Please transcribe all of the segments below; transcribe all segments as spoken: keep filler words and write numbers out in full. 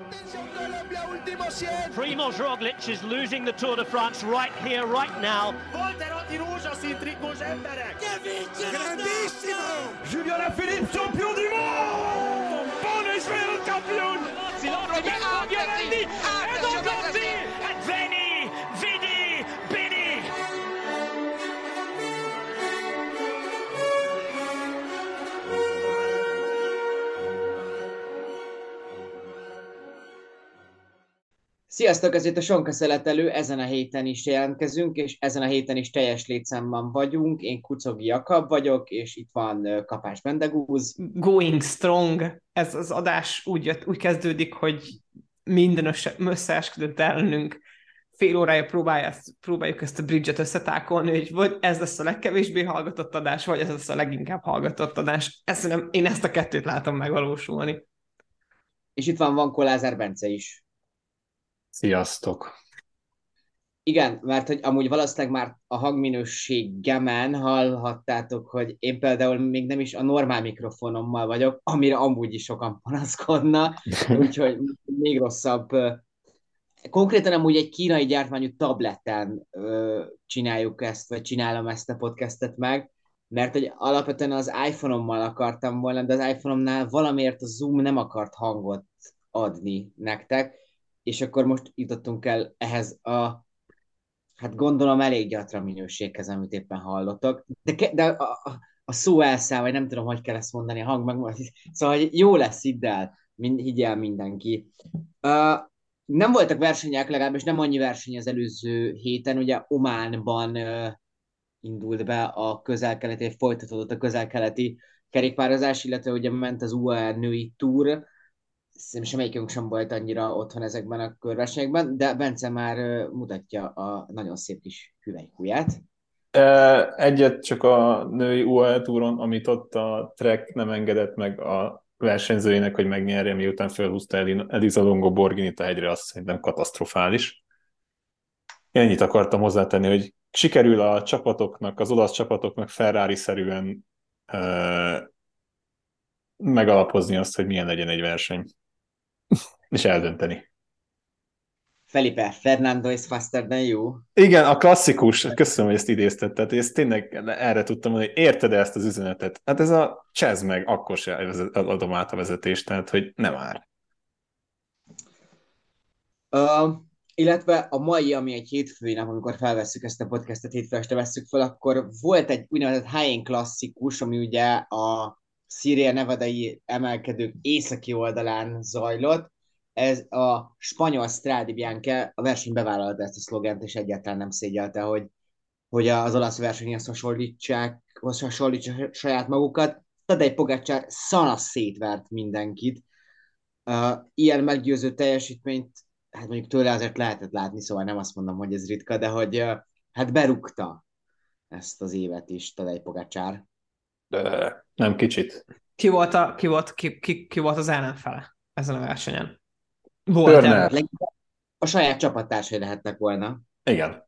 Primoz Roglic is losing the Tour de France right here, right now. Volterotti rózsaszín trikós emberek! Grandissimo! Julien Alaphilippe, champion du monde! Buon Israel champion! Roberto Vianelli, Edo Gozzi, and Veni, Vidi, Bini! Sziasztok, ez itt a Sonka Szeletelő, ezen a héten is jelentkezünk, és ezen a héten is teljes létszámban vagyunk. Én Kucogi Jakab vagyok, és itt van Kapás Bendegúz. Going strong. Ez az adás úgy, jött, úgy kezdődik, hogy minden összeesküdött ellenünk fél órája próbálja, próbáljuk ezt a bridge-et összetákolni, hogy vagy ez lesz a legkevésbé hallgatott adás, vagy ez lesz a leginkább hallgatott adás. Ezt nem, én ezt a kettőt látom megvalósulni. És itt van Vankó Lázár Bence is. Sziasztok! Igen, mert hogy amúgy valószínűleg már a hangminőségemen hallhattátok, hogy én például még nem is a normál mikrofonommal vagyok, amire amúgy is sokan panaszkodna, úgyhogy még rosszabb. Konkrétan amúgy egy kínai gyártmányú tableten ö, csináljuk ezt, vagy csinálom ezt a podcastet meg, mert hogy alapvetően az iPhone-ommal akartam volna, de az iPhone-omnál valamiért a Zoom nem akart hangot adni nektek, és akkor most jutottunk el ehhez a, hát gondolom elég gyatra minőséghez, amit éppen hallottok, de, ke- de a, a, a szó elszáll, vagy nem tudom, hogy kell ezt mondani, a hang meg, szóval hogy jó lesz, hidd el, mind, higgy el mindenki. Uh, nem voltak versenyek, legalábbis nem annyi verseny az előző héten, ugye Ománban uh, indult be a közel-keleti, folytatódott a közel-keleti kerékpározás, illetve ugye ment az u á e női túr. Szerintem semmelyikünk sem volt annyira otthon ezekben a körversenyekben, de Bence már mutatja a nagyon szép kis hüvelykujját. Egyet csak a női u á e túron, amit ott a Trek nem engedett meg a versenyzőjének, hogy megnyerje, miután felhúzta Elisa Longo Borghinit a hegyre, azt szerintem katasztrofális. Ennyit akartam hozzátenni, hogy sikerül a csapatoknak, az olasz csapatoknak Ferrari-szerűen uh, megalapozni azt, hogy milyen legyen egy verseny. És eldönteni. Felipe, Fernando is faster than you. Igen, a klasszikus, köszönöm, hogy ezt idézted, tehát ezt tényleg erre tudtam mondani, hogy érted ezt az üzenetet? Hát ez a csezd meg, akkor se adom át a vezetést, tehát hogy nem már. Uh, illetve a mai, ami egy hétfői nap, amikor felvesszük ezt a podcastet, hétfő este vesszük fel, akkor volt egy úgynevezett high-end klasszikus, ami ugye a Sierra Nevadai emelkedők északi oldalán zajlott. Ez a spanyol Strade Bianche, a verseny bevállalta ezt a szlogent, és egyáltalán nem szégyelte, hogy, hogy az olasz versenyhez hasonlítsák, hasonlítsák saját magukat. Tadej Pogačar szanasz szétvert mindenkit. Uh, ilyen meggyőző teljesítményt, hát mondjuk tőle azért lehetett látni, szóval nem azt mondom, hogy ez ritka, de hogy uh, hát berúgta ezt az évet is Tadej Pogačar. De nem kicsit. Ki volt, a, ki, volt, ki, ki, ki volt az ellenfele ezen a versenyen? Volt el. A saját csapattársai lehettek volna. Igen.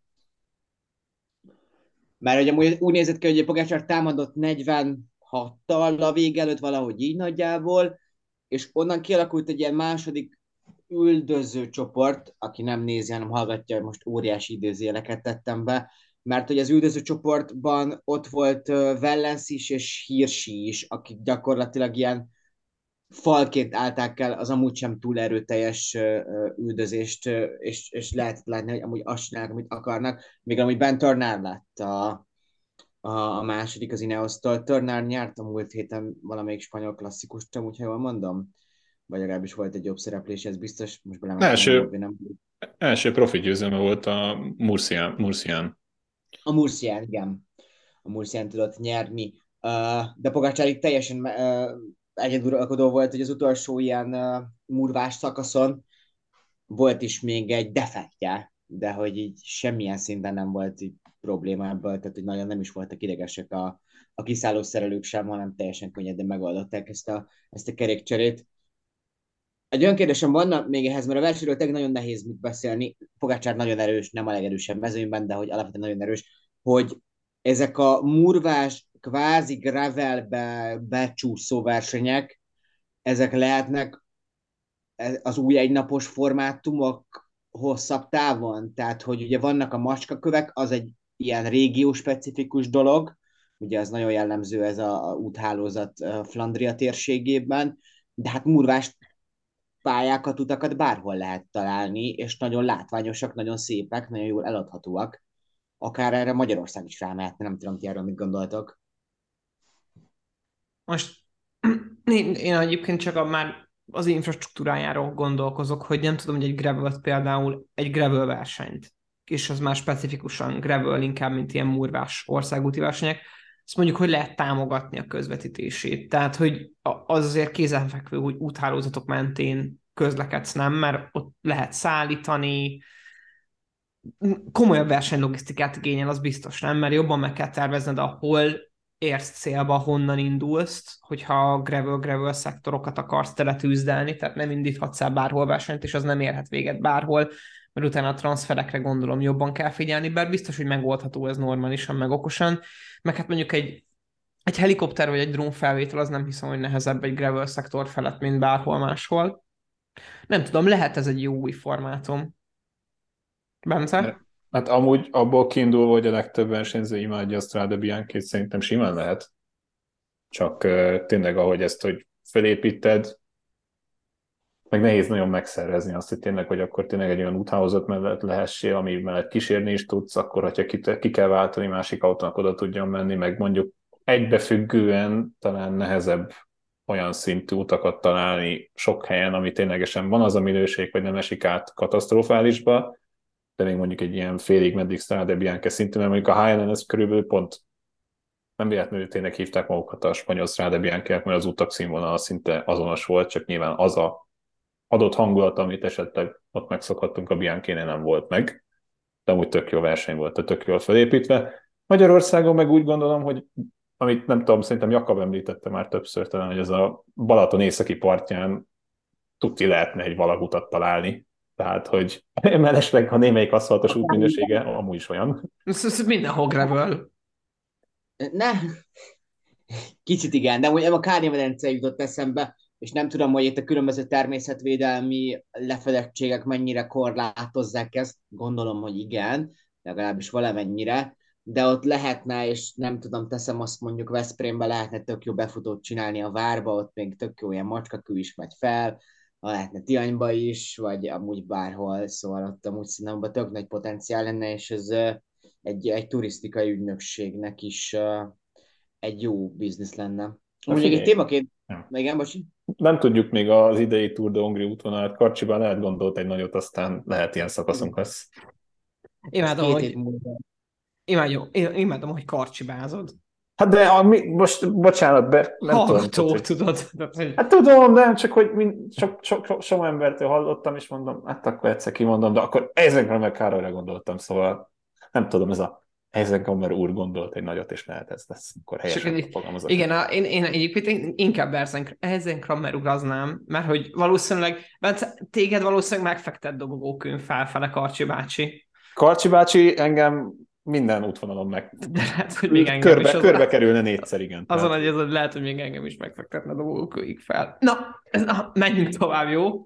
Mert ugye úgy, úgy nézett ki, hogy Pogačar támadott negyvenhattal a vég előtt, valahogy így nagyjából, és onnan kialakult egy ilyen második üldöző csoport, aki nem nézi, hanem hallgatja, most óriási időzéleket tettem be, mert hogy az üldöző csoportban ott volt Wellens is és Hirschi is, akik gyakorlatilag ilyen falként állták el az amúgy sem túl erőteljes üldözést, és, és lehetett látni, hogy amúgy azt csinálnak, amit akarnak, még amúgy Ben Turner lett a, a, a második az Ineos-tól. Turner nyert a múlt héten valamelyik spanyol klasszikust, amúgy, ha jól mondom, vagy legalábbis volt egy jobb szereplés, ez biztos, most bele első, nem... első profi győzelme volt a Murcián. Murcián. A Murcián, igen. A Murcián tudott nyerni, uh, de Pogačar itt teljesen uh, egyeduralkodó volt, hogy az utolsó ilyen uh, murvás szakaszon volt is még egy defektje, de hogy így semmilyen szinten nem volt így probléma ebből, tehát hogy nagyon nem is voltak idegesek a, a kiszálló szerelők sem, hanem teljesen könnyedén megoldották ezt a, ezt a kerékcserét. Egy olyan kérdésem van még ehhez, mert a versenyről tényleg nagyon nehéz mit beszélni. Pogačar nagyon erős, nem a legerősebb mezőnyben, de hogy alapvetően nagyon erős, hogy ezek a murvás, kvázi gravelbe becsúszó versenyek, ezek lehetnek az új egynapos formátumok hosszabb távon? Tehát, hogy ugye vannak a macskakövek, az egy ilyen régió-specifikus dolog, ugye az nagyon jellemző ez a, a úthálózat a Flandria térségében, de hát murvás pályákat, utakat bárhol lehet találni, és nagyon látványosak, nagyon szépek, nagyon jól eladhatóak. Akár erre Magyarország is rámehetne, nem tudom, ti erről mit gondoltok. Most én, én egyébként csak a, már az infrastruktúrájáról gondolkozok, hogy nem tudom, hogy egy gravel például egy gravel versenyt, és az már specifikusan gravel inkább, mint ilyen murvás országúti versenyek, azt mondjuk, hogy lehet támogatni a közvetítését. Tehát, hogy az azért kézenfekvő, hogy úthálózatok mentén közlekedsz, nem, mert ott lehet szállítani, komolyabb versenylogisztikát igényel, az biztos, nem, mert jobban meg kell tervezned, ahol érsz célba, honnan indulsz, hogyha gravel-gravel szektorokat akarsz teletűzdelni, tehát nem indíthatsz el bárhol versenyt, és az nem érhet véget bárhol, mert utána a transferekre gondolom jobban kell figyelni, bár biztos, hogy megoldható ez normálisan, meg okosan, meg hát mondjuk egy, egy helikopter vagy egy drónfelvétel, az nem hiszem, hogy nehezebb egy gravel szektor felett, mint bárhol máshol. Nem tudom, lehet ez egy jó új formátum. Bence? Hát amúgy abból kiindulva, hogy a legtöbb versenyző imádja a Strade Bianchét, szerintem simán lehet. Csak uh, tényleg, ahogy ezt, hogy felépíted, meg nehéz nagyon megszervezni azt, hogy tényleg, hogy akkor tényleg egy olyan úthálózat mellett lehessél, ami mellett kísérni is tudsz, akkor, hogyha ki, ki kell váltani, másik autónak oda tudjon menni, meg mondjuk egybefüggően talán nehezebb olyan szintű utakat találni sok helyen, ami ténylegesen van az a minőség, vagy nem esik át katasztrofálisba, de még mondjuk egy ilyen félig meddig Strade Bianche szintű, mert mondjuk a Highland ez körülbelül pont nem véletlenül tényleg hívták magukat a spanyol Strade Bianche-nek, mert az utak színvonala szinte azonos volt, csak nyilván az a adott hangulat, amit esetleg ott megszokhattunk, a Bianchi-nél nem volt meg, de amúgy tök jó verseny volt, tök jól felépítve. Magyarországon meg úgy gondolom, hogy amit nem tudom, szerintem Jakab említette már többször talán, hogy ez a Balaton északi partján tuti lehetne egy valagutat találni. Tehát, hogy mellesleg, ha némelyik aszfaltos út minősége, amúgy is olyan. Ez mindenhol gravel. Ne, kicsit igen, de amúgy a Kárnyi-medence jutott eszembe, és nem tudom, hogy itt a különböző természetvédelmi lefedettségek mennyire korlátozzák ezt, gondolom, hogy igen, legalábbis valamennyire, de ott lehetne, és nem tudom, teszem azt mondjuk Veszprémbe lehetne tök jó befutót csinálni a várba, ott még tök jó ilyen macskakő is megy fel, lehetne Tianyba is, vagy amúgy bárhol, szóval ott amúgy szerintem tök nagy potenciál lenne, és ez egy, egy turisztikai ügynökségnek is egy jó biznisz lenne. Mondjuk egy témaként... Ja. Igen, bocsi? Nem tudjuk még az idei Tour de Hongrie útvonalat, Karcsiban lehet gondolt egy nagyot, aztán lehet ilyen szakaszunk lesz. Imádom, hogy... Imádom, imádom, hogy karcsibázod. Hát de a, mi, most, bocsánat, be, nem Hallgató, tudom. tudod. Hát tudom, de csak hogy mind, sok, sok, sok, sok embertől hallottam, és mondom, hát akkor egyszer kimondom, de akkor ezekre meg Károlyra gondoltam, szóval nem tudom, ez a Eisenkammer úr gondolt egy nagyot, és lehet ez lesz, akkor helyesen fogalmazok. Igen, a, én, én egyébként inkább Eisenkammer uraznám, mert hogy valószínűleg, Bence, téged valószínűleg megfektet dobogókön felfele, Karcsi bácsi. Karcsi bácsi engem minden útvonalon meg... De lehet, hogy még engem körbe, is. Körbe kerülne négyszer, igen. Azon, hogy ez lehet, hogy még engem is megfektetne dobogókőig fel. Na, ez, na, menjünk tovább, jó?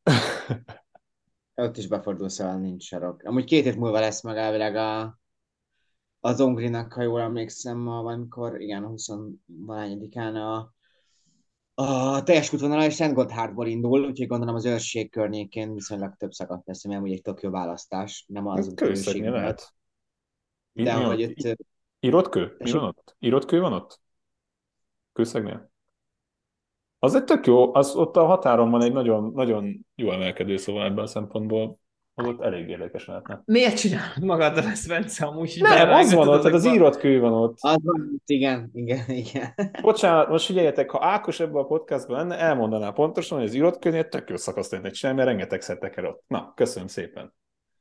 Ott is befordul, szóval nincs sarok. Amúgy két hét múlva lesz meg elvileg a az Hongrinak, ha jól emlékszem, valamikor, igen, a huszonvalányadikán a, a teljes útvonala és Szent Gotthardból indul, úgyhogy gondolom az őrség környékén viszonylag több szakasz lesz, ami amúgy egy tök jó választás, nem az Kőszegnél lehet. De mi, hogy itt... Írott kő? Mi van ott? Írott kő van ott? Kőszegnél? Az egy tök jó, az ott a határon van egy nagyon, nagyon jó emelkedő, szóval ebben a szempontból az ott elég érdekes lehetne. Miért csinálod magaddal ezt, Bence, amúgy? Nem, az van ott, tehát az írott kő van ott. Az van, igen, igen, igen. Bocsánat, most figyeljetek, ha Ákos ebben a podcastban lenne, elmondaná pontosan, hogy az írott kőnél tök jó szakaszt lehetne csinálni, mert rengeteg szedtek el ott. Na, köszönöm szépen.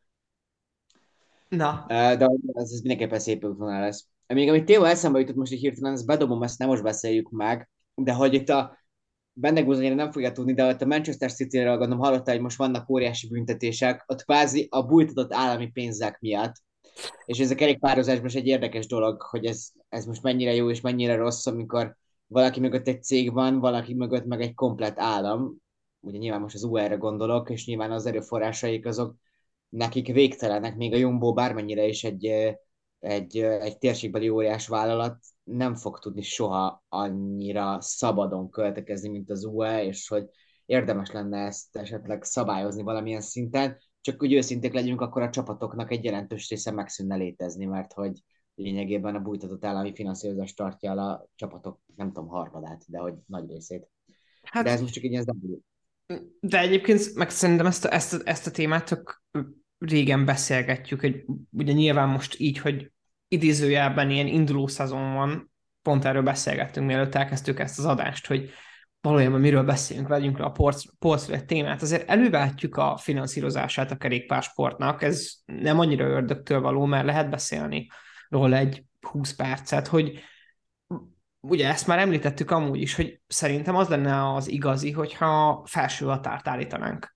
Na. De ez, ez mindenképpen szép útvonal lesz. Még amit tényleg eszembe jutott most egy hirtelen, ezt bedobom, ezt nem most beszéljük meg, de hogy itt a Bendegúzanyira nem fogja tudni, de ott a Manchester City-ről gondolom hallottál, hogy most vannak óriási büntetések, ott kvázi a bújtatott állami pénzek miatt. És ez a kerékpározásban is egy érdekes dolog, hogy ez, ez most mennyire jó és mennyire rossz, amikor valaki mögött egy cég van, valaki mögött meg egy komplett állam. ugye nyilván most az u á é-re gondolok, és nyilván az erőforrásaik azok nekik végtelenek, még a Jumbo bármennyire is egy, egy, egy térségbeli óriás vállalat nem fog tudni soha annyira szabadon költekezni, mint az u á é, és hogy érdemes lenne ezt esetleg szabályozni valamilyen szinten, csak úgy őszinték legyünk, akkor a csapatoknak egy jelentős része megszűnne létezni, mert hogy lényegében a bújtatott állami finanszírozás tartja el a csapatok, nem tudom, harmadát, de hogy nagy részét. Hát, de ez most csak egy ilyen záró. De egyébként meg szerintem ezt a, ezt a, ezt a témát tök régen beszélgetjük, hogy ugye nyilván most így, hogy idézőjelben ilyen induló szezon van, pont erről beszélgettünk, mielőtt elkezdtük ezt az adást, hogy valójában miről beszélünk, vegyünk le a polcra egy témát. Azért előváltjuk a finanszírozását a kerékpársportnak, ez nem annyira ördögtől való, mert lehet beszélni róla egy húsz percet, hogy ugye ezt már említettük amúgy is, hogy szerintem az lenne az igazi, hogyha felső határt állítanánk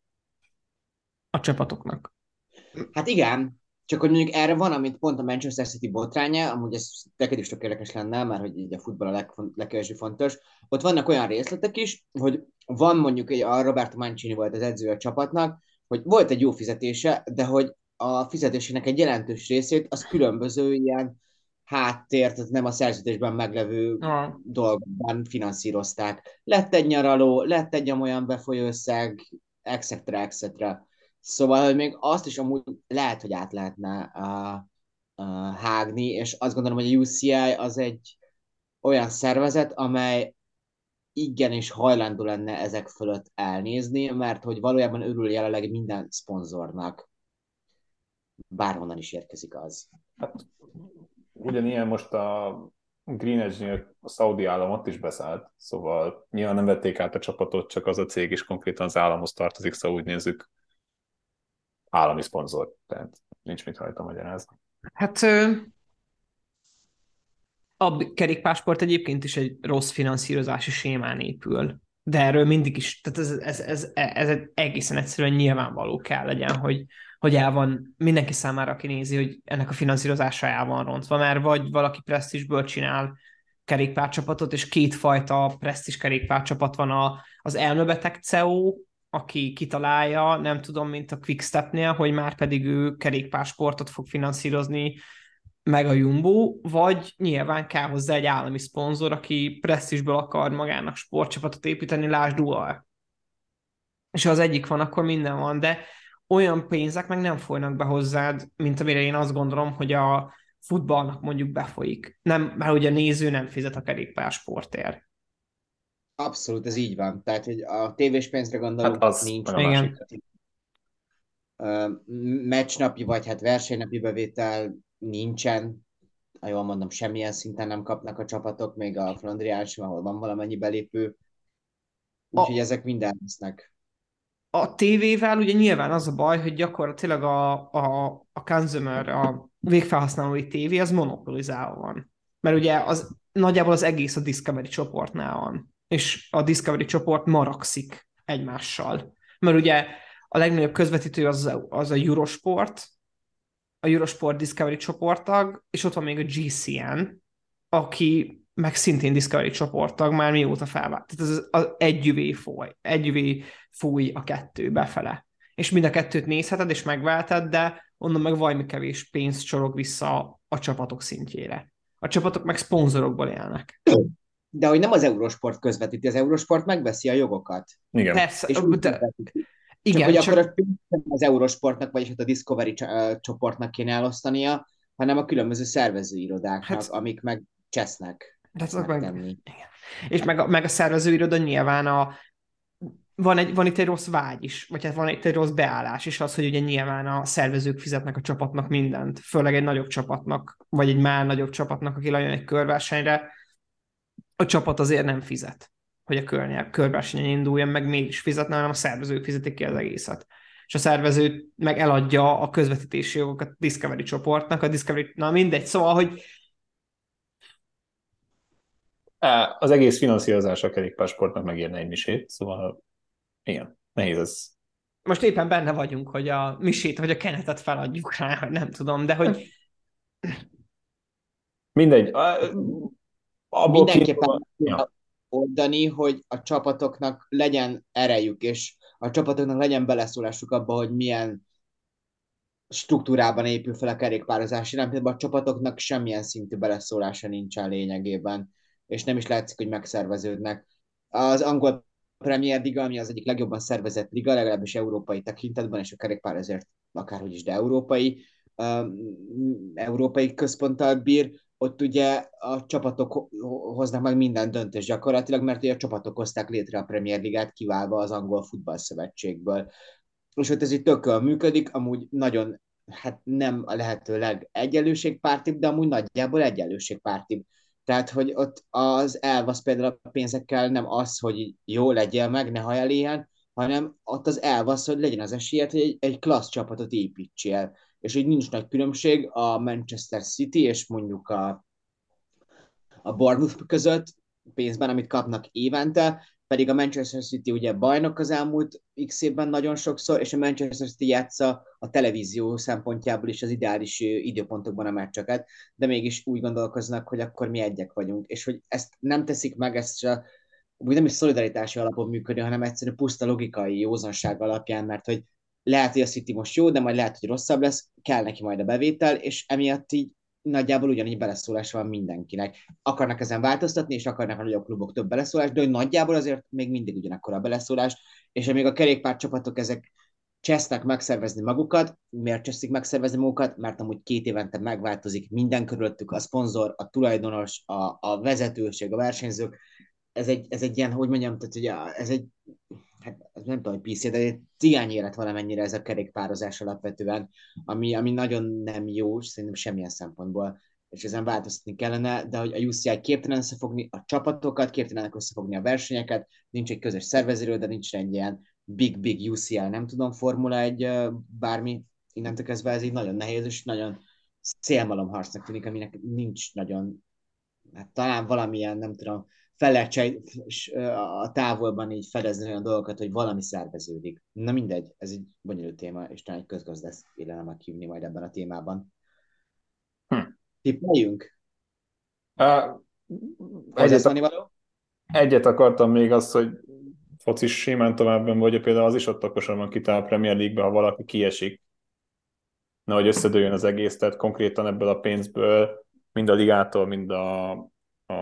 a csapatoknak. Hát igen, csak hogy mondjuk erre van, amit pont a Manchester City botránya, amúgy ez neked is tök érdekes lenne, mert hogy így a futball a legfont, legkevésbé fontos. Ott vannak olyan részletek is, hogy van mondjuk egy, a Roberto Mancini volt az edző a csapatnak, hogy volt egy jó fizetése, de hogy a fizetésének egy jelentős részét az különböző ilyen háttér, tehát nem a szerződésben meglevő ah. dolgokban finanszírozták. Lett egy nyaraló, lett egy olyan befolyóösszeg, et cetera et cetera. Szóval, hogy még azt is amúgy lehet, hogy át lehetne uh, uh, hágni, és azt gondolom, hogy a u cé i az egy olyan szervezet, amely igenis hajlandó lenne ezek fölött elnézni, mert hogy valójában örül jelenleg minden szponzornak. Bárhonnan is érkezik az. Hát, ugyanilyen most a Green Edge-nél a szaudi állam ott is beszállt, szóval nyilván nem vették át a csapatot, csak az a cég is konkrétan az államhoz tartozik, szóval úgy nézzük, állami szponzor, tehát nincs mit rajta magyarázni. Hát a kerékpársport egyébként is egy rossz finanszírozási sémán épül, de erről mindig is, tehát ez, ez, ez, ez egészen egyszerűen nyilvánvaló kell legyen, hogy, hogy el van mindenki számára, aki nézi, hogy ennek a finanszírozása el van rontva, mert vagy valaki presztízsből csinál kerékpárcsapatot, és kétfajta presztízs kerékpárcsapat van, a, az elmebeteg cé e o, aki kitalálja, nem tudom, mint a Quickstepnél, hogy már pedig ő kerékpársportot fog finanszírozni, meg a Jumbo, vagy nyilván kell hozzá egy állami szponzor, aki presztízsből akar magának sportcsapatot építeni, lásd u á é. És ha az egyik van, akkor minden van, de olyan pénzek meg nem folynak be hozzád, mint amire én azt gondolom, hogy a futballnak mondjuk befolyik. Nem, mert ugye a néző nem fizet a kerékpársportért. Abszolút, ez így van. Tehát, hogy a tévés pénzre gondolunk, hát az nincs. Igen. Uh, meccsnapi, vagy hát versenynapi bevétel nincsen. Ha jól mondom, semmilyen szinten nem kapnak a csapatok, még a Flandriánson, ahol van valamennyi belépő. Úgyhogy a... ezek minden lesznek. A tévével ugye nyilván az a baj, hogy gyakorlatilag a, a, a consumer, a végfelhasználói tévé az monopolizálva van. Mert ugye az, nagyjából az egész a Discovery csoportnál van. És a Discovery csoport maragszik egymással. Mert ugye a legnagyobb közvetítő az, az a Eurosport, a Eurosport Discovery csoporttag, és ott van még a gé cé en, aki meg szintén Discovery csoporttag már mióta felvált. Tehát ez az együvé fúj, együvé fúj a kettő befele. És mind a kettőt nézheted, és megváltad, de onnan meg valami kevés pénzt csorog vissza a csapatok szintjére. A csapatok meg szponzorokból élnek. De hogy nem az Eurosport közvetíti, az Eurosport megveszi a jogokat. Igen. Persze, és de... Igen, csak hogy csak... akkor az Eurosportnak, vagyis a Discovery csoportnak kéne elosztania, hanem a különböző szervezőirodáknak, hát... amik meg csesznek. Meg... És meg a, meg a szervezőiroda nyilván a... van, egy, van itt egy rossz vágy is, vagy hát van itt egy rossz beállás is az, hogy ugye nyilván a szervezők fizetnek a csapatnak mindent, főleg egy nagyobb csapatnak, vagy egy már nagyobb csapatnak, aki lejön egy körversenyre, a csapat azért nem fizet, hogy a kör, körversenyen induljon, meg mégis fizetne, hanem a szervezők fizetik ki az egészet. És a szervező meg eladja a közvetítési jogokat a Discovery csoportnak, a Discovery, na mindegy, szóval, hogy az egész finanszírozás a kerékpársportnak megérne egy misét, szóval igen, nehéz ez. Most éppen benne vagyunk, hogy a misét vagy a kenetet feladjuk rá, hogy nem tudom, de hogy... Mindegy. Mindenképpen ja. oldani, hogy a csapatoknak legyen erejük, és a csapatoknak legyen beleszólásuk abba, hogy milyen struktúrában épül fel a kerékpározás. Jelen pillanatban a csapatoknak semmilyen szintű beleszólása nincsen lényegében, és nem is látszik, hogy megszerveződnek. Az angol Premier Liga, ami az egyik legjobban szervezett liga, legalábbis európai tekintetben, és a kerékpár ezért akárhogy is, de európai, um, európai központtal bír, ott ugye a csapatok hoznak meg minden döntést gyakorlatilag, mert ugye a csapatok hozták létre a Premier Ligát, kiválva az angol futballszövetségből. És ott ez így tökkel működik, amúgy nagyon, hát nem a lehető legegyenlőségpártibb, de amúgy nagyjából egyenlőségpártibb. Tehát, hogy ott az elv az például a pénzekkel nem az, hogy jó legyél meg, ne hajjál ilyen, hanem ott az elv az, hogy legyen az esélyed, hogy egy, egy klassz csapatot építsél. És így nincs nagy különbség a Manchester City és mondjuk a, a Bournemouth között pénzben, amit kapnak évente, pedig a Manchester City ugye bajnok az elmúlt x évben nagyon sokszor, és a Manchester City játsza a televízió szempontjából is az ideális időpontokban a meccseket, de mégis úgy gondolkoznak, hogy akkor mi egyek vagyunk, és hogy ezt nem teszik meg, ezt a, úgy nem is szolidaritási alapon működő, hanem egyszerűen puszta logikai józanság alapján, mert hogy lehet, hogy a City most jó, de majd lehet, hogy rosszabb lesz, kell neki majd a bevétel, és emiatt így nagyjából ugyanígy beleszólása van mindenkinek. Akarnak ezen változtatni, és akarnak a nagyobb klubok több beleszólást, de hogy nagyjából azért még mindig ugyanakkor a beleszólás, és amíg a kerékpárcsapatok ezek csesznek megszervezni magukat, miért cseszik megszervezni magukat? Mert amúgy két évente megváltozik minden körülöttük, a szponzor, a tulajdonos, a, a vezetőség, a versenyzők. Ez egy, ez egy ilyen, hogy mondjam, tehát ugye ez egy, hát nem tudom, hogy pé cé, de egy cigány élet valamennyire ez a kerékpározás alapvetően, ami, ami nagyon nem jó, szerintem semmilyen szempontból, és ezen változtatni kellene, de hogy a u cé i képtelen összefogni a csapatokat, képtelenek összefogni a versenyeket, nincs egy közös szervezőről, de nincs egy ilyen big-big u cé i, nem tudom, Formula egy bármi, innentől kezdve ez így nagyon nehéz, és nagyon szélmalomharcnak tűnik, aminek nincs nagyon, hát talán valamilyen, nem tudom, fel lehet a távolban így fedezni olyan dolgokat, hogy valami szerveződik. Na mindegy, ez egy bonyolult téma, és talán egy közgazdász illene meghívni majd ebben a témában. Hm. Tippeljünk? Uh, egyet, egyet akartam még az, hogy focis simán továbban, vagy például az is ott okosan van kitál a Premier League-be, ha valaki kiesik. Na, hogy összedőjön az egész, tehát konkrétan ebből a pénzből, mind a ligától, mind a, a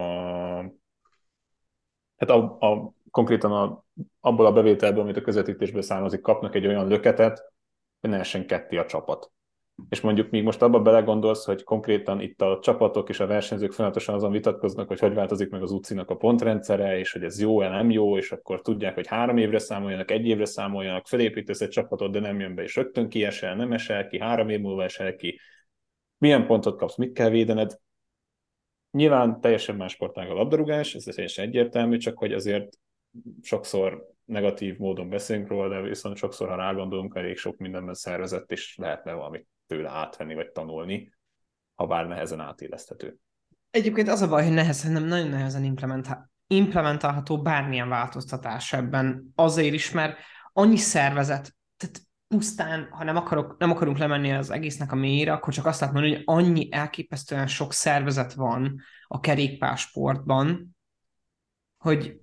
hát a, a, konkrétan a, abból a bevételből, amit a közvetítésből származik, kapnak egy olyan löketet, hogy ne essen ketté a csapat. És mondjuk még most abba belegondolsz, hogy konkrétan itt a csapatok és a versenyzők folyamatosan azon vitatkoznak, hogy hogy változik meg az u cé i-nak a pontrendszere, és hogy ez jó-e, nem jó, és akkor tudják, hogy három évre számoljanak, egy évre számoljanak, felépítesz egy csapatot, de nem jön be, és rögtön kiesel, nem esel ki, három év múlva esel ki. Milyen pontot kapsz, mit kell védened? Nyilván teljesen más sportág a labdarúgás, ez teljesen egyértelmű, csak hogy azért sokszor negatív módon beszélünk róla, de viszont sokszor, ha rágondolunk, elég sok mindenben szervezett, és lehetne valamit tőle átvenni, vagy tanulni, ha bár nehezen átéleszthető. Egyébként az a baj, hogy nehezen, nem nagyon nehezen implementál, implementálható bármilyen változtatás ebben. Azért is, mert annyi szervezet, tehát pusztán, ha nem, akarok, nem akarunk lemenni az egésznek a mélyére, akkor csak azt lehet mondani, hogy annyi elképesztően sok szervezet van a kerékpársportban, hogy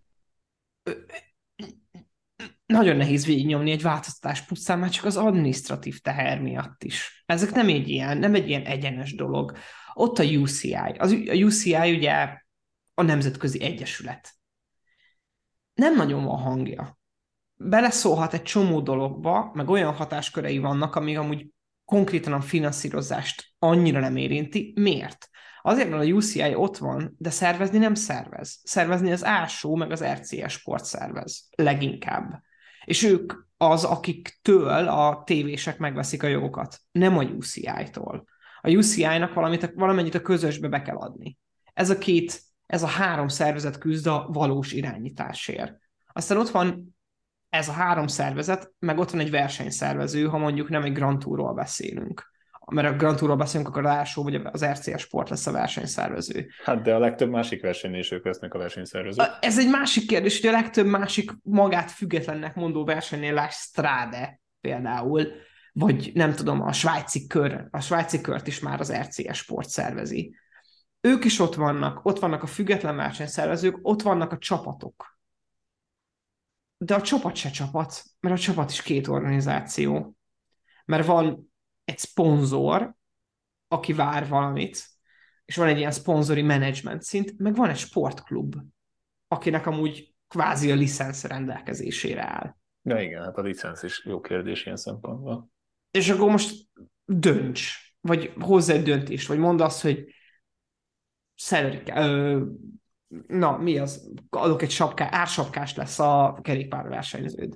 nagyon nehéz végignyomni egy változtatást pusztán már csak az adminisztratív teher miatt is. Ezek nem egy ilyen, nem egy ilyen egyenes dolog. Ott a u cé i. Az, a u cé i ugye a Nemzetközi Egyesület. Nem nagyon van hangja. Beleszólhat egy csomó dologba, meg olyan hatáskörei vannak, amik amúgy konkrétan a finanszírozást annyira nem érinti. Miért? Azért, mert a u cé i ott van, de szervezni nem szervez. Szervezni az ásó, meg az er cé es Sport szervez. Leginkább. És ők az, akiktől a tévések megveszik a jogokat. Nem a u cé i-tól. A u cé i-nak valamit, valamennyit a közösbe be kell adni. Ez a két, ez a három szervezet küzd a valós irányításért. Aztán ott van ez a három szervezet, meg ott van egy versenyszervező, ha mondjuk nem egy Grand Tourról beszélünk. Mert a Grand Tourról beszélünk, akkor az ásó vagy az er cé es Sport lesz a versenyszervező. Hát de a legtöbb másik versenynél is ők lesznek a versenyszervezők. Ez egy másik kérdés, hogy a legtöbb másik magát függetlennek mondó versenynél láss Strade például, vagy nem tudom, a svájci kör, a svájci kört is már az er cé es Sport szervezi. ők is ott vannak, ott vannak a független versenyszervezők, ott vannak a csapatok. De a csapat se csapat, mert a csapat is két organizáció. Mert van egy szponzor, aki vár valamit, és van egy ilyen szponzori menedzsment szint, meg van egy sportklub, akinek amúgy kvázi a licensz rendelkezésére áll. Ja igen, hát a licensz is jó kérdés ilyen szempontból. És akkor most dönts, vagy hozz egy döntést, vagy mondd azt, hogy salary, ö, na, mi az? Adok egy sapká, ársapkás lesz a kerékpárversenyződ.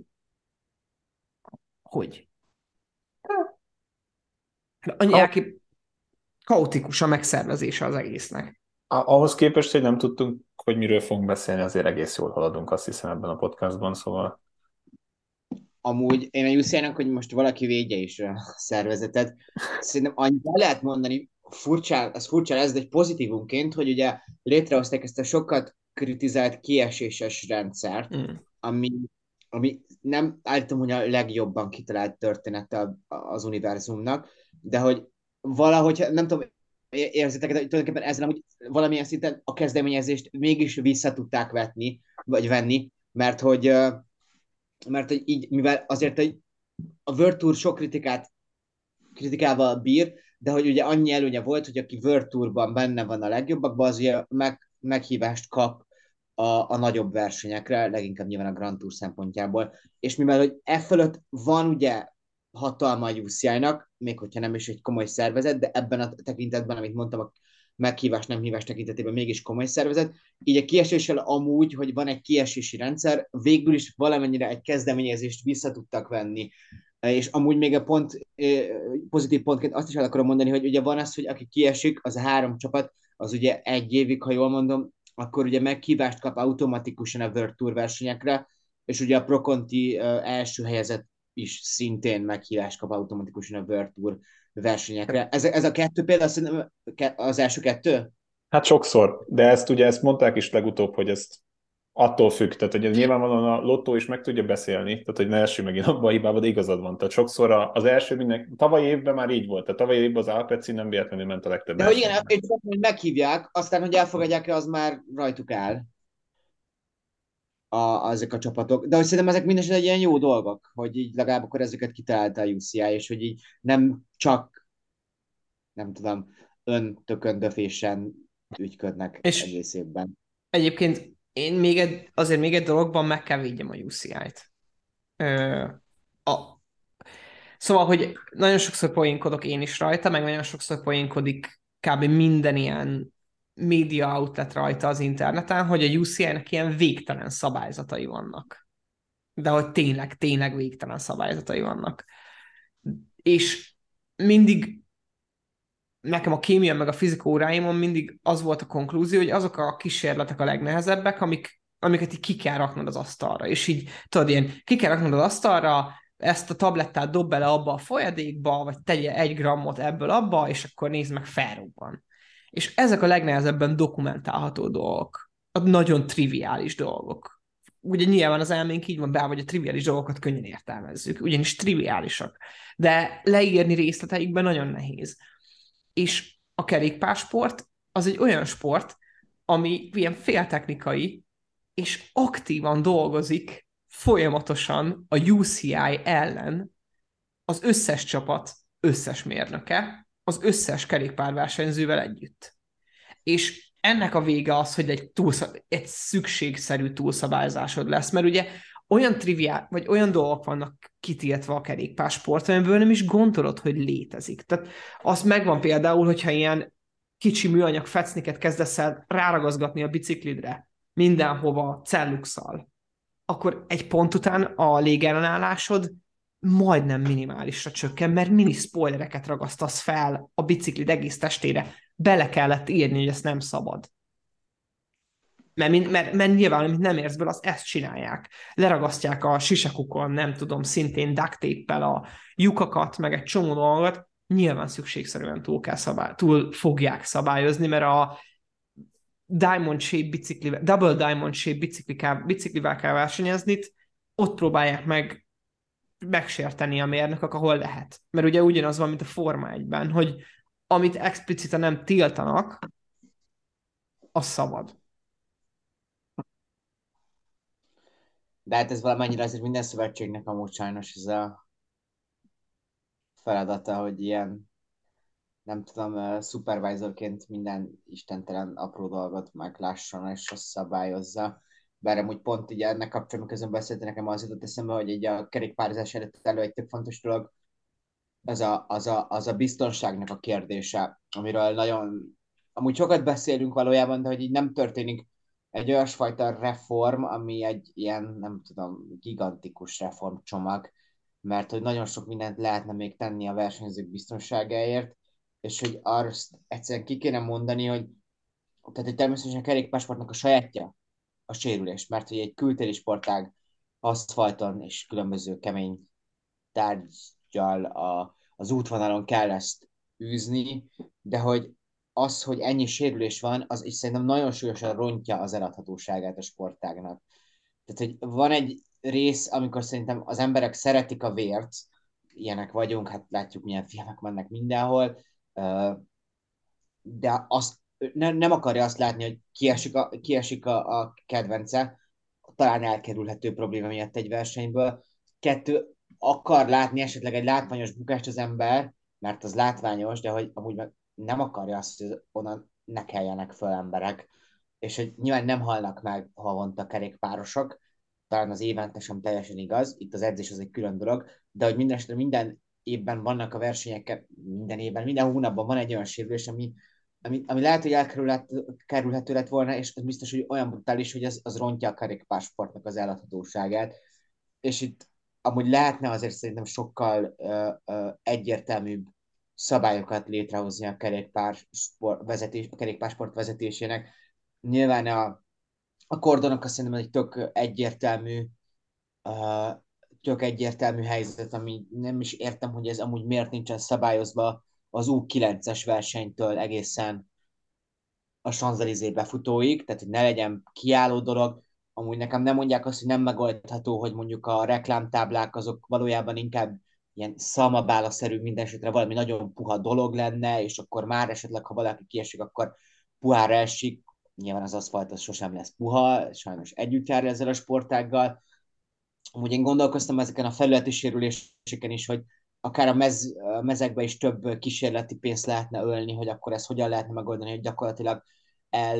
Hogy? Annyi elkép... kaotikus a megszervezése az egésznek. Ahhoz képest, hogy nem tudtunk, hogy miről fogunk beszélni, azért egész jól haladunk, azt hiszem, ebben a podcastban, szóval... Amúgy én a u cé i-nak, hogy most valaki védje is a szervezetet, szerintem annyit el lehet mondani, furcsán, ez furcsa lesz, de egy pozitívumként, hogy ugye létrehozták ezt a sokat kritizált kieséses rendszert, mm. ami, ami nem állítom, hogy a legjobban kitalált története az univerzumnak, de hogy valahogy, nem tudom, érzitek, hogy tulajdonképpen ezzel amúgy valamilyen szinten a kezdeményezést mégis vissza tudták vetni, vagy venni, mert hogy, mert hogy így, mivel azért hogy a World Tour sok kritikát, kritikával bír, de hogy ugye annyi előnye volt, hogy aki World Tourban benne van a legjobbakban, az ugye meg, meghívást kap a, a nagyobb versenyekre, leginkább nyilván a Grand Tour szempontjából. És mivel hogy e fölött van ugye hatalma a u cé i-nak, még hogyha nem is egy komoly szervezet, de ebben a tekintetben, amit mondtam, a meghívás, nem hívás tekintetében mégis komoly szervezet, így a kieséssel amúgy, hogy van egy kiesési rendszer, végül is valamennyire egy kezdeményezést vissza tudtak venni. És amúgy még a pont, pozitív pontként azt is el akarom mondani, hogy ugye van az, hogy aki kiesik, az a három csapat, az ugye egy évig, ha jól mondom, akkor ugye meghívást kap automatikusan a World Tour versenyekre, és ugye a Pro Conti első helyezett is szintén meghívást kap automatikusan a World Tour versenyekre. Ez, ez a kettő például szerintem az első kettő? Hát sokszor, de ezt ugye ezt mondták is legutóbb, hogy ezt attól függ, tehát hogy nyilvánvalóan a lottó is meg tudja beszélni, tehát hogy ne essünk megint abba a hibába, de igazad van. Tehát sokszor az első minden, tavalyi évben már így volt, tehát tavalyi évben az Alpecin nem véletlenül ment a legtöbb. De hogy igen, hogy meghívják, aztán, hogy elfogadják-e, az már rajtuk áll. A, ezek a csapatok. De hogy szerintem ezek mindesetre egy ilyen jó dolgok, hogy így legalább akkor ezeket kitalálta a u cé i, és hogy így nem csak, nem tudom, öntököndöfésen ügyködnek és egész évben. Egyébként én még egy, azért még egy dologban meg kell védjem a u cé i-t. Ö, a, szóval, hogy nagyon sokszor poénkodok én is rajta, meg nagyon sokszor poénkodik kb. Minden ilyen média outlet rajta az interneten, hogy a u cé i-nek ilyen végtelen szabályzatai vannak. De hogy tényleg, tényleg végtelen szabályzatai vannak. És mindig nekem a kémia meg a fizika óráimon mindig az volt a konklúzió, hogy azok a kísérletek a legnehezebbek, amik, amiket így ki kell raknod az asztalra. És így, tudod, ilyen, ki kell raknod az asztalra, ezt a tablettát dob bele abba a folyadékba, vagy tegye egy grammot ebből abba, és akkor nézd meg, felrobban. És ezek a legnehezebben dokumentálható dolgok. A nagyon triviális dolgok. Ugye nyilván az elménk így van be, hogy a triviális dolgokat könnyen értelmezzük, ugyanis triviálisak. De leírni részleteikben nagyon nehéz. És a kerékpársport az egy olyan sport, ami ilyen féltechnikai, és aktívan dolgozik folyamatosan a u cé i ellen az összes csapat összes mérnöke, az összes kerékpárversenyzővel együtt. És ennek a vége az, hogy egy, túlszab- egy szükségszerű túlszabályzásod lesz, mert ugye olyan triviál, vagy olyan dolgok vannak kitiltva a kerékpársport, amiből nem is gondolod, hogy létezik. Tehát az megvan például, hogyha ilyen kicsi műanyag fecniket kezdesz el ráragazgatni a biciklidre, mindenhova celluxal, akkor egy pont után a légellenállásod majdnem minimálisra csökken, mert mini spoilereket ragasztasz fel a biciklid egész testére. Bele kellett írni, hogy ezt nem szabad. Mert, mert, mert nyilván, amit nem érsz belőle, azt ezt csinálják. Leragasztják a sisakukon, nem tudom, szintén duct tape-pel a lyukakat, meg egy csomó dolgot, nyilván szükségszerűen túl, kell szabály, túl fogják szabályozni, mert a diamond shape biciklivel, double diamond shape biciklivel, biciklivel kell versenyezni, ott próbálják meg megsérteni a mérnökök, ahol lehet. Mert ugye ugyanaz van, mint a Forma egyben, hogy amit expliciten nem tiltanak, az szabad. De hát ez valamennyire azért minden szövetségnek amúgy sajnos ez a feladata, hogy ilyen, nem tudom, uh, supervisorként minden istentelen apró dolgot meglásson és azt szabályozza. Bár amúgy pont így ennek kapcsolatban közben beszéltem, nekem az jutott eszembe, hogy így a kerékpározás előtt elő egy tök fontos dolog, az a, az, a, az a biztonságnak a kérdése, amiről nagyon, amúgy sokat beszélünk valójában, de hogy így nem történik egy olyasfajta reform, ami egy ilyen, nem tudom, gigantikus reformcsomag, mert hogy nagyon sok mindent lehetne még tenni a versenyzők biztonságáért, és hogy azt egyszerűen ki kéne mondani, hogy tehát hogy természetesen a kerékpársportnak a sajátja a sérülés, mert hogy egy kültéri sportág aszfalton és különböző kemény tárgyal a, az útvonalon kell ezt űzni, de hogy az, hogy ennyi sérülés van, az is szerintem nagyon súlyosan rontja az eladhatóságát a sportágnak. Tehát, hogy van egy rész, amikor szerintem az emberek szeretik a vért, ilyenek vagyunk, hát látjuk, milyen filmek mennek mindenhol, de azt, ne, nem akarja azt látni, hogy kiesik a, kiesik a, a kedvence, talán elkerülhető probléma miatt egy versenyből. Kettő, akar látni esetleg egy látványos bukást az ember, mert az látványos, de hogy amúgy meg nem akarja azt, hogy onnan ne keljenek föl emberek, és hogy nyilván nem halnak meg havonta kerékpárosok, talán az évente sem teljesen igaz, itt az edzés az egy külön dolog, de hogy minden esetben minden évben vannak a versenyek, minden évben, minden hónapban van egy olyan sérülés, ami, ami, ami lehet, hogy elkerülhető lett volna, és ez biztos, hogy olyan brutális, hogy az, az rontja a kerékpársportnak az eladhatóságát. És itt amúgy lehetne azért szerintem sokkal uh, uh, egyértelműbb szabályokat létrehozni a kerékpársport, vezetés, a kerékpársport vezetésének. Nyilván a, a kordonok azt szerintem egy tök egyértelmű uh, tök egyértelmű helyzet, ami nem is értem, hogy ez amúgy miért nincsen szabályozva az U kilences versenytől egészen a Champs-Élysées befutóig, tehát hogy ne legyen kiálló dolog. Amúgy nekem nem mondják azt, hogy nem megoldható, hogy mondjuk a reklámtáblák azok valójában inkább ilyen szalmabálaszerű, minden esetre valami nagyon puha dolog lenne, és akkor már esetleg, ha valaki kiesik, akkor puhára esik. Nyilván az aszfalt az sosem lesz puha, sajnos együtt jár ezzel a sportággal. Amúgy én gondolkoztam ezeken a felületi sérüléseken is, hogy akár a, mez, a mezekbe is több kísérleti pénzt lehetne ölni, hogy akkor ezt hogyan lehetne megoldani, hogy gyakorlatilag el,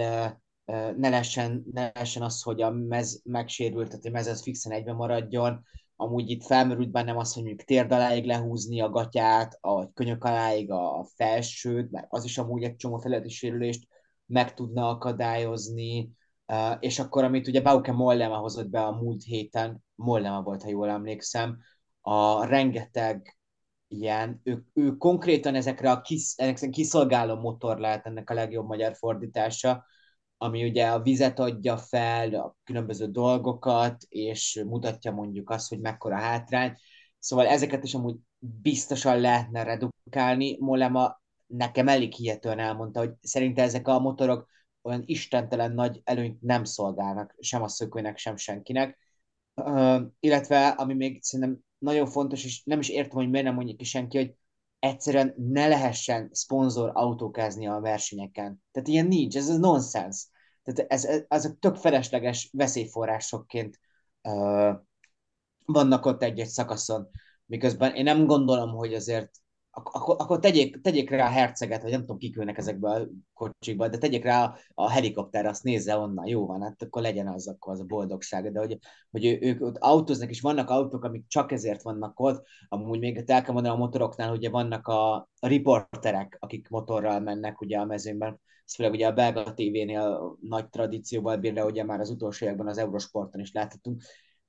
ne lehessen, ne lehessen az, hogy a mez megsérült, tehát a mez az fixen egyben maradjon. Amúgy itt felmerült bennem az, hogy mondjuk térd aláig lehúzni a gatyát, a könyök aláig a felsőt, mert az is amúgy egy csomó felületi sérülést meg tudna akadályozni. Uh, és akkor, amit ugye Bauke Mollema hozott be a múlt héten, Mollema volt, ha jól emlékszem, a rengeteg ilyen, ő, ő konkrétan ezekre a kis, kiszolgáló motor lehet ennek a legjobb magyar fordítása, ami ugye a vizet adja fel, a különböző dolgokat, és mutatja mondjuk azt, hogy mekkora hátrány. Szóval ezeket is amúgy biztosan lehetne redukálni. Mollema nekem elég hihetően elmondta, hogy szerinte ezek a motorok olyan istentelen nagy előnyt nem szolgálnak sem a szökőnek, sem senkinek. Uh, illetve, ami még szerintem nagyon fontos, és nem is értem, hogy miért nem mondja ki senki, hogy egyszerűen ne lehessen szponzor autókázni a versenyeken. Tehát ilyen nincs, ez a nonsens. Tehát ez, ez, ez a tök felesleges veszélyforrásokként uh, vannak ott egy-egy szakaszon, miközben én nem gondolom, hogy azért Ak- akkor, akkor tegyék, tegyék rá a herceget, vagy nem tudom, kik ülnek ezekbe a kocsikba, de tegyék rá a, a helikopterre, azt nézze onnan, jó van, hát akkor legyen az, akkor az a boldogság, de hogy, hogy ő, ők ott autóznak, és vannak autók, amik csak ezért vannak ott, amúgy még el kell mondani a motoroknál, ugye vannak a, a riporterek, akik motorral mennek ugye a mezőnben, ez főleg ugye a belga tévénél nagy tradícióval bír, de ugye már az utolsó években az Eurosporton is láthatunk.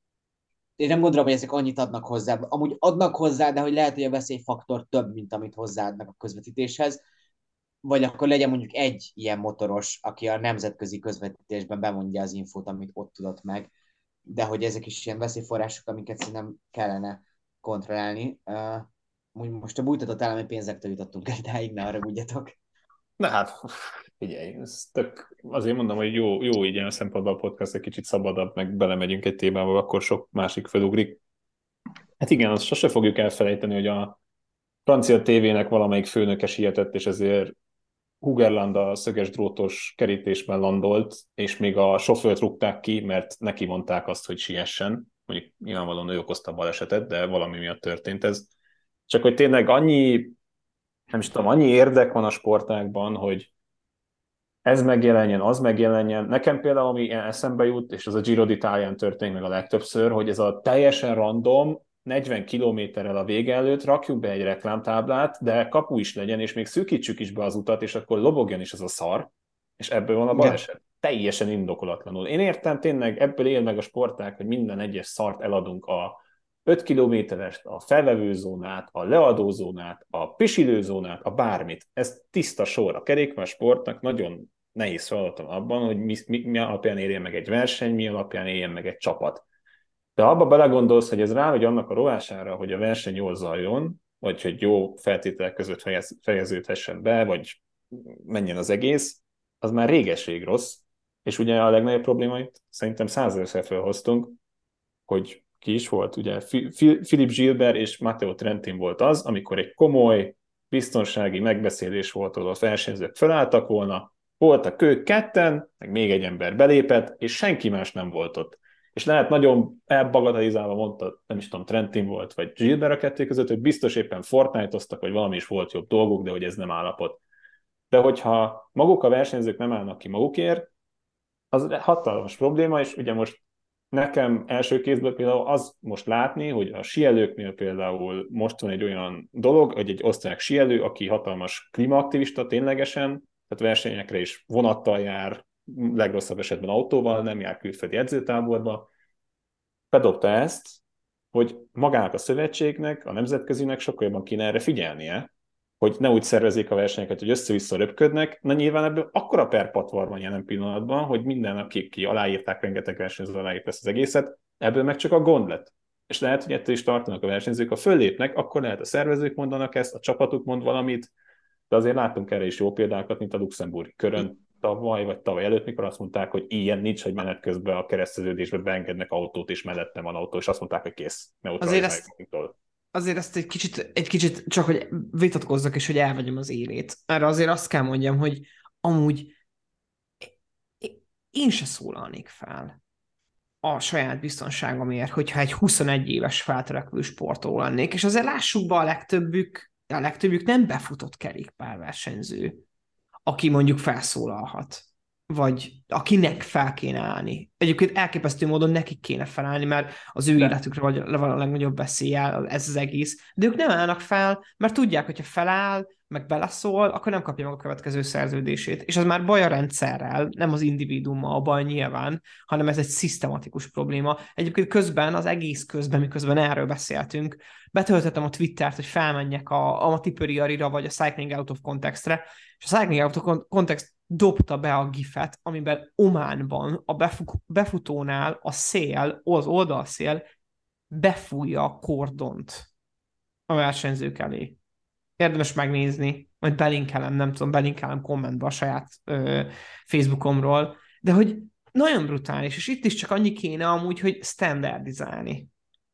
Én nem gondolom, hogy ezek annyit adnak hozzá. Amúgy adnak hozzá, de hogy lehet, hogy a veszélyfaktor több, mint amit hozzáadnak a közvetítéshez. Vagy akkor legyen mondjuk egy ilyen motoros, aki a nemzetközi közvetítésben bemondja az infót, amit ott tudott meg. De hogy ezek is ilyen veszélyforrások, amiket szerintem kellene kontrollálni. Uh, most a bújtatott állami pénzektől jutottunk el, de ne arra gudjatok. Na hát, figyelj, ez tök, azért mondom, hogy jó, jó így ilyen szempontból a podcast egy kicsit szabadabb, meg belemegyünk egy témába, akkor sok másik felugrik. Hát igen, azt sose fogjuk elfelejteni, hogy a francia tévének valamelyik főnöke sietett, és ezért Húgerland a szöges drótos kerítésben landolt, és még a sofőrt rúgták ki, mert neki mondták azt, hogy siessen. Mondjuk nyilvánvalóan ő okozta a balesetet, de valami miatt történt ez. Csak hogy tényleg annyi, nem is tudom, annyi érdek van a sportágban, hogy ez megjelenjen, az megjelenjen. Nekem például, ami eszembe jut, és az a Giro d'Italián történik meg a legtöbbször, hogy ez a teljesen random, negyven kilométerrel a vége előtt rakjuk be egy reklámtáblát, de kapu is legyen, és még szűkítsük is be az utat, és akkor lobogjon is az a szar, és ebből van a baleset. Ja. Teljesen indokolatlanul. Én értem tényleg, ebből él meg a sportág, hogy minden egyes szart eladunk, a öt kilométerest, a felvevőzónát, a leadózónát, a pisilőzónát, a bármit. Ez tiszta sor. A kerékpársportnak nagyon nehéz feladata abban, hogy mi, mi, mi alapján érjen meg egy verseny, mi alapján érjen meg egy csapat. De abba belegondolsz, hogy ez rámegy annak a rovására, hogy a verseny jól zajljon, vagy hogy jó feltételek között fejez, fejeződhessen be, vagy menjen az egész, az már réges-rég rossz. És ugye a legnagyobb problémait szerintem százezerszer felhoztunk, hogy ki is volt, ugye Philip Gilbert és Matteo Trentin volt az, amikor egy komoly biztonsági megbeszélés volt, ahol a versenyzők felálltak volna, voltak ők ketten, meg még egy ember belépett, és senki más nem volt ott. És lehet nagyon elbagatelizálva mondta, nem is tudom, Trentin volt, vagy Gilbert a kettő között, hogy biztos éppen Fortnite-oztak, vagy valami is volt jobb dolguk, de hogy ez nem állapot. De hogyha maguk a versenyzők nem állnak ki magukért, az hatalmas probléma, és ugye most nekem első kézből például az most látni, hogy a síelőknél például most van egy olyan dolog, hogy egy osztrák síelő, aki hatalmas klímaaktivista ténylegesen, tehát versenyekre is vonattal jár, legrosszabb esetben autóval, nem jár külföldi edzőtáborba, bedobta ezt, hogy magának a szövetségnek, a nemzetközinek sokkal jobban kéne erre figyelnie, hogy ne úgy szervezik a versenyeket, hogy össze-vissza röpködnek. Na nyilván ebből akkora perpatvar van jelen pillanatban, hogy minden, akik ki aláírták, rengeteg versenyző aláírt ezt az egészet, ebből meg csak a gond lett. És lehet, hogy ettől is tartanak a versenyzők, ha föllépnek, akkor lehet a szervezők mondanak ezt, a csapatuk mond valamit, de azért látunk erre is jó példákat, mint a luxemburgi körön tavaly vagy tavaly előtt, mikor azt mondták, hogy ilyen nincs, hogy menet közben a kereszteződésbe beengednek autót, és mellette van autó, és azt mondták, hogy kész. Azért ezt, azért ezt egy kicsit, egy kicsit csak, hogy vitatkozzak, és hogy elvegyem az élét. Erre azért azt kell mondjam, hogy amúgy én se szólalnék fel a saját biztonságomért, hogyha egy huszonegy éves feltörekvő sportoló lennék, és azért lássuk be, a legtöbbük, a legtöbbük nem befutott kerékpárversenyző, aki mondjuk felszólalhat, vagy akinek fel kéne állni. Egyébként elképesztő módon nekik kéne felállni, mert az ő de. életükre vagy a legnagyobb veszéllyel ez az egész. De ők nem állnak fel, mert tudják, hogyha feláll, meg beleszól, akkor nem kapja meg a következő szerződését. És ez már baj a rendszerrel, nem az individuummal a baj nyilván, hanem ez egy szisztematikus probléma. Egyébként közben, az egész közben, miközben erről beszéltünk, betöltöttem a Twittert, hogy felmenjek a, a Tipper Arira, vagy a Cycling Out of Context-re, és a Cycling Out of Context dobta be a gifet, amiben Ománban a befuk- befutónál a szél, az oldalszél befújja a kordont a versenyzők elé. Érdemes megnézni, majd belinkelem, nem tudom, belinkelem kommentbe a saját ö, Facebookomról, de hogy nagyon brutális, és itt is csak annyi kéne amúgy, hogy standardizálni.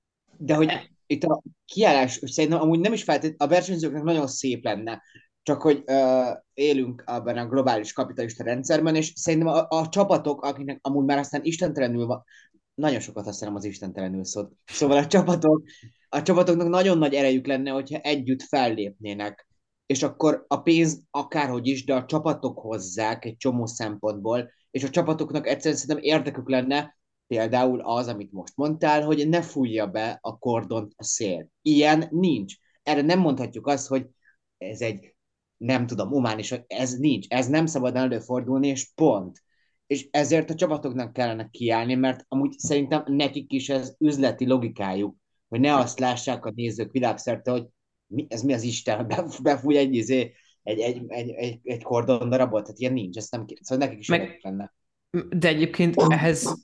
De hogy e- itt a kiállás, szerintem amúgy nem is feltétlenül, a versenyzőknek nagyon szép lenne, csak hogy uh, élünk abban a globális kapitalista rendszerben, és szerintem a, a csapatok, akiknek amúgy már aztán istentelenül van, nagyon sokat használom az istentelenül szót, szóval a csapatok, a csapatoknak nagyon nagy erejük lenne, hogyha együtt fellépnének, és akkor a pénz akárhogy is, de a csapatok hozzák egy csomó szempontból, és a csapatoknak egyszerűen szerintem érdekük lenne, például az, amit most mondtál, hogy ne fújja be a kordont a szél. Ilyen nincs. Erre nem mondhatjuk azt, hogy ez egy, nem tudom, humán is, ez nincs. Ez nem szabad előfordulni, és pont. És ezért a csapatoknak kellene kiállni, mert amúgy szerintem nekik is ez üzleti logikájuk, hogy ne azt lássák a nézők világszerte, hogy mi, ez mi az Isten, befúj egy, izé, egy, egy, egy, egy, egy kordon darabot, tehát ilyen nincs, ezt nem kér. Szóval nekik is meg lenne. De egyébként ehhez,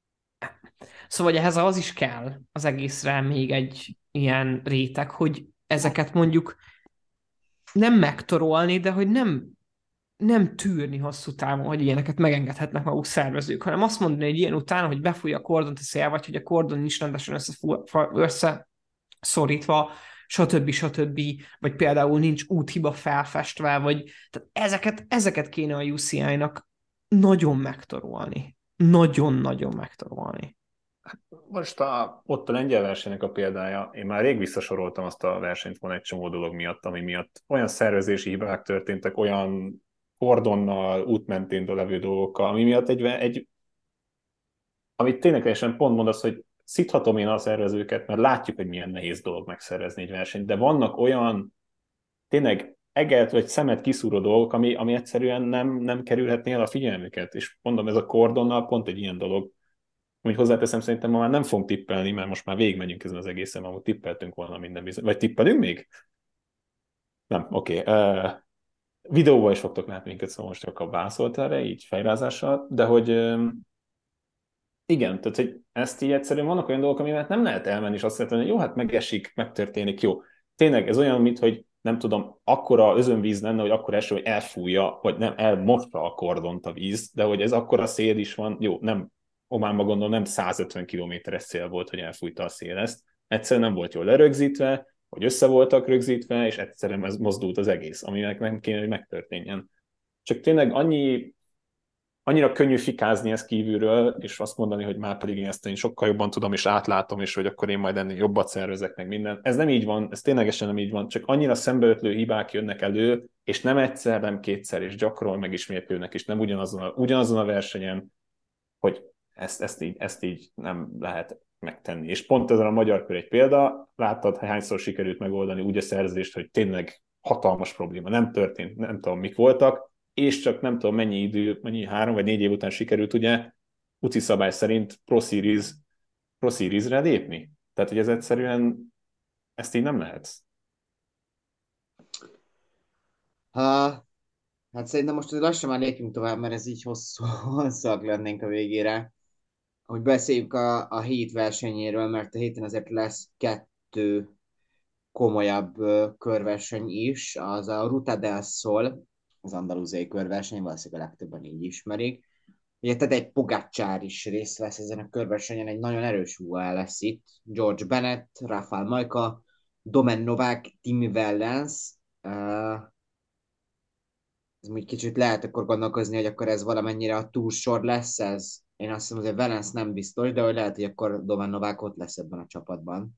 szóval ehhez az is kell az egészre még egy ilyen réteg, hogy ezeket mondjuk nem megtorolni, de hogy nem, nem tűrni hosszú távon, hogy ilyeneket megengedhetnek maguk szervezők, hanem azt mondani egy ilyen után, hogy befújja a kordont a szél, vagy hogy a kordon nincs rendesen összeszorítva, stb. stb. Vagy például nincs úthiba felfestve, vagy tehát ezeket, ezeket kéne a u cé i-nak nagyon megtorolni. Nagyon-nagyon megtorolni. Most a, ott a lengyel versenynek a példája, én már rég visszasoroltam azt a versenyt volna egy csomó dolog miatt, ami miatt olyan szervezési hibák történtek, olyan kordonnal, útmentén levő dolgokkal, ami miatt egy, egy amit ténylegesen pont mondasz, hogy szithatom én a szervezőket, mert látjuk, hogy milyen nehéz dolog megszervezni egy versenyt, de vannak olyan tényleg eget vagy szemet kiszúró dolgok, ami, ami egyszerűen nem, nem kerülhetné el a figyelmüket, és mondom, ez a kordonnal pont egy ilyen dolog, úgy hozzáteszem, szerintem ma már nem fogunk tippelni, mert most már végigmegyünk ezen az egészen, ahol tippeltünk volna minden bizony. Vagy tippelünk még? Nem, oké. Okay. Uh, videóban is fogtok látni minket, szóval most csak a válaszolt erre, így fejrázással, de hogy uh, igen, tehát hogy ezt így egyszerűen vannak olyan dolgok, amivel nem lehet elmenni, és azt mondani, hogy jó, hát megesik, megtörténik, jó. Tényleg ez olyan, mint hogy nem tudom, akkora özönvíz lenne, hogy akkor eső, hogy elfújja, vagy nem, elmossa a kordont a víz, de hogy ez akkora szél is van, jó, nem Ománban gondolom nem százötven kilométeres szél volt, hogy elfújta a szél ezt. Egyszerűen nem volt jól lerögzítve, hogy össze voltak rögzítve, és egyszerűen ez mozdult az egész, aminek nem kéne, hogy megtörténjen. Csak tényleg annyi, annyira könnyű fikázni ezt kívülről, és azt mondani, hogy már pedig én ezt én sokkal jobban tudom, és átlátom, és hogy akkor én majd ennél jobbat szervezek meg minden. Ez nem így van, ez ténylegesen nem így van, csak annyira szembeötlő hibák jönnek elő, és nem egyszer, nem kétszer, és gyakran megismétlődnek, és nem ugyanazon a, ugyanazon a versenyen, hogy Ezt, ezt, így, ezt így nem lehet megtenni. És pont ezen a magyar kör egy példa, láttad, hányszor sikerült megoldani úgy a szerzést, hogy tényleg hatalmas probléma nem történt, nem tudom, mik voltak, és csak nem tudom, mennyi idő, mennyi három vagy négy év után sikerült ugye u cé i szabály szerint Pro Series, Pro Series-re lépni. Tehát, hogy ez egyszerűen, ezt így nem lehet. Ha, hát szerintem most lassan már lépjünk tovább, mert ez így hosszú, hosszúak lennénk a végére. Hogy beszéljük a, a hét versenyéről, mert a héten azért lesz kettő komolyabb uh, körverseny is. Az a Ruta del Sol, az andalúziai körverseny, valószínűleg a legtöbben így ismerik. Ugye tehát egy Pogačar is részt vesz ezen a körversenyen, egy nagyon erős u á é lesz itt. George Bennett, Rafał Majka, Domen Novák, Tim Wellens. Uh, ez úgy kicsit lehet akkor gondolkozni, hogy akkor ez valamennyire a túlsor lesz ez. Én azt hiszem, hogy Wellens nem biztos, de hogy lehet, hogy akkor Domen Novák ott lesz ebben a csapatban.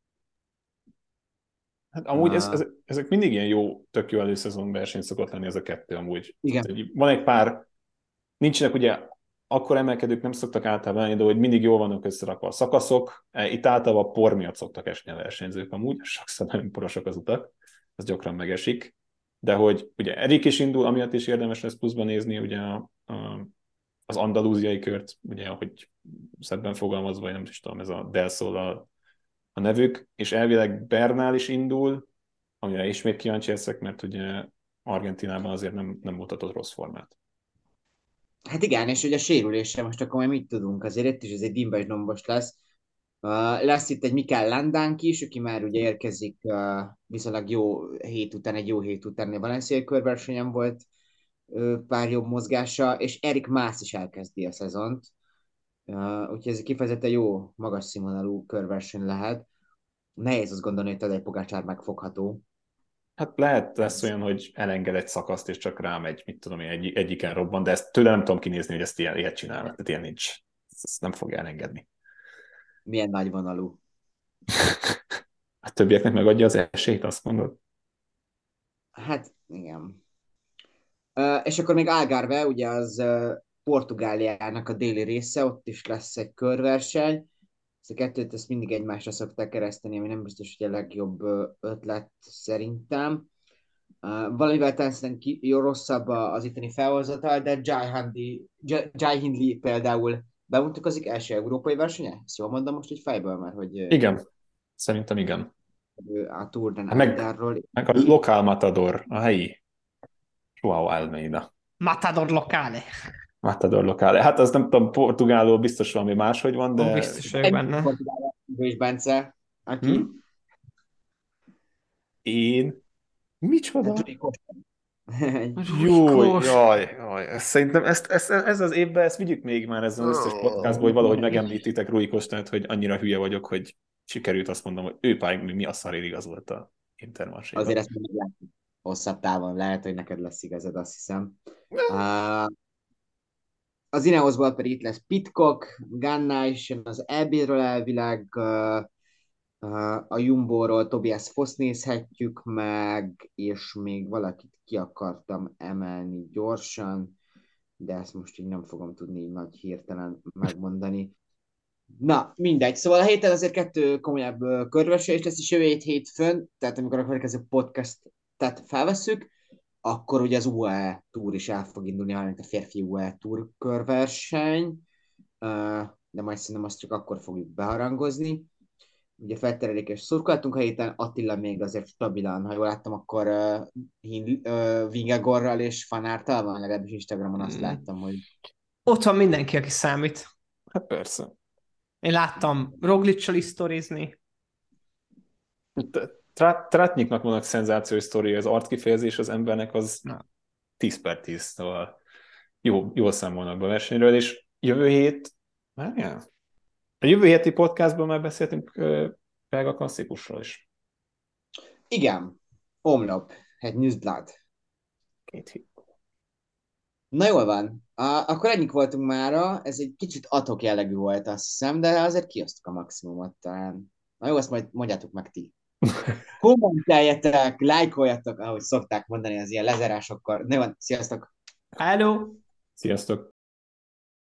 Hát amúgy ez, ez, ezek mindig ilyen jó, tök jó előszezon verseny szokott lenni ez a kettő amúgy. Igen. Tehát, van egy pár, nincsenek ugye, akkor emelkedők nem szoktak általában lenni, de hogy mindig jól vannak összerakva a szakaszok. Itt általában por miatt szoktak esni a versenyzők amúgy, sokszor nagyon porosak az utak, az gyakran megesik. De hogy ugye Erik is indul, amiatt is érdemes lesz pluszban nézni ugye a, a, az andalúziai kört, ugye, ahogy szebben fogalmazva, vagy nem is tudom, ez a Del Sol a, a nevük, és elvileg Bernál is indul, amire ismét kíváncsi leszek, mert ugye Argentinában azért nem, nem mutatott rossz formát. Hát igen, és ugye a sérülése most akkor majd mit tudunk, azért itt is ez egy dimbes dombos lesz. Uh, lesz itt egy Mikel Landánk is, aki már ugye érkezik uh, viszonylag jó hét után, egy jó hét után a valenciai körversenyen volt uh, pár jobb mozgása, és Erik Mász is elkezdi a szezont. Uh, úgyhogy ez egy kifejezetten jó, magas színvonalú körverseny lehet. Nehéz azt gondolni, hogy Tadej Pogačar megfogható. Hát lehet lesz olyan, hogy elenged egy szakaszt, és csak rámegy, mit tudom én, egy, egyiken robban, de ezt tőle nem tudom kinézni, hogy ezt ilyen, ilyet csinálnak, tehát ilyen nincs. Ezt nem fogja elengedni. Milyen nagyvonalú. A többieknek megadja az esélyt, azt mondod? Hát, igen. Uh, és akkor még Algarve, ugye az uh, Portugáliának a déli része, ott is lesz egy körverseny. Ezt a kettőt ezt mindig egymásra szokták kereszteni, ami nem biztos, hogy a legjobb uh, ötlet szerintem. Uh, valamivel talán jó rosszabb az itteni felhozatal, de Jai Hindley, Jai Hindley például bemutatkozik első európai versenye? Ezt jól mondom most így fejből, mert hogy... Igen, szerintem igen. A Tour de Meg, meg a Lokál Matador, a helyi João Almeida. Matador Locale. Matador Locale. Hát az nem tudom, portugálul biztos valami máshogy van, de... Ó, biztos vagyok benne. És Bence, aki... Hm? Én? Micsoda? Jó, jaj, jaj. Szerintem ezt, ezt, ez az évben, ezt vigyük még már ezzel az összes podcastból, hogy valahogy megemlítitek Rui Costát, hogy annyira hülye vagyok, hogy sikerült azt mondom, hogy ő pályán mi a szarért igazolt a Intermarché-ba. Azért ezt még látjuk hosszabb távon. Lehet, hogy neked lesz igazad, azt hiszem. Uh, az Ineosból pedig itt lesz Pitcock, Ganna is jön az é bé-ről elvileg, uh, uh, a Jumbo-ról Tobias Foss nézhetjük meg, és még valakit ki akartam emelni gyorsan, de ezt most így nem fogom tudni így nagy hirtelen megmondani. Na, mindegy. Szóval a héten azért kettő komolyabb körversenyzés lesz, és jövő hét hétfőn, tehát amikor a következő podcastet felvesszük, akkor ugye az u á é Tour is el fog indulni, hanem a férfi u á é Tour körverseny, de majd szerintem azt csak akkor fogjuk beharangozni. Ugye felterelékes szurkoltunk a héten, Attila még azért stabilan, ha jól láttam, akkor uh, Vingegorral és Fanártal van, legalábbis Instagramon azt láttam, hogy... Ott van mindenki, aki számít. Hát persze. Én láttam Roglic-sal is sztorizni. Tratniknak vannak szenzációs sztori, az arckifejezés az embernek az na, tíz per tíz, szóval jó, jól számolnak be a versenyről, és jövő hét, várjál, a jövő héti podcastban már beszéltünk uh, Prága klasszikusról is. Igen, omlop, egy Newsblad. Két hét. Na jól van, a, akkor ennyik voltunk mára, ez egy kicsit adhok jellegű volt, azt hiszem, de azért kiosztuk a maximumot talán. Na jó, azt majd mondjátok meg ti. Kommenteljetek, lájkoljatok, ahogy szokták mondani az ilyen lezárásokkor. Na jó, sziasztok! Hello! Sziasztok!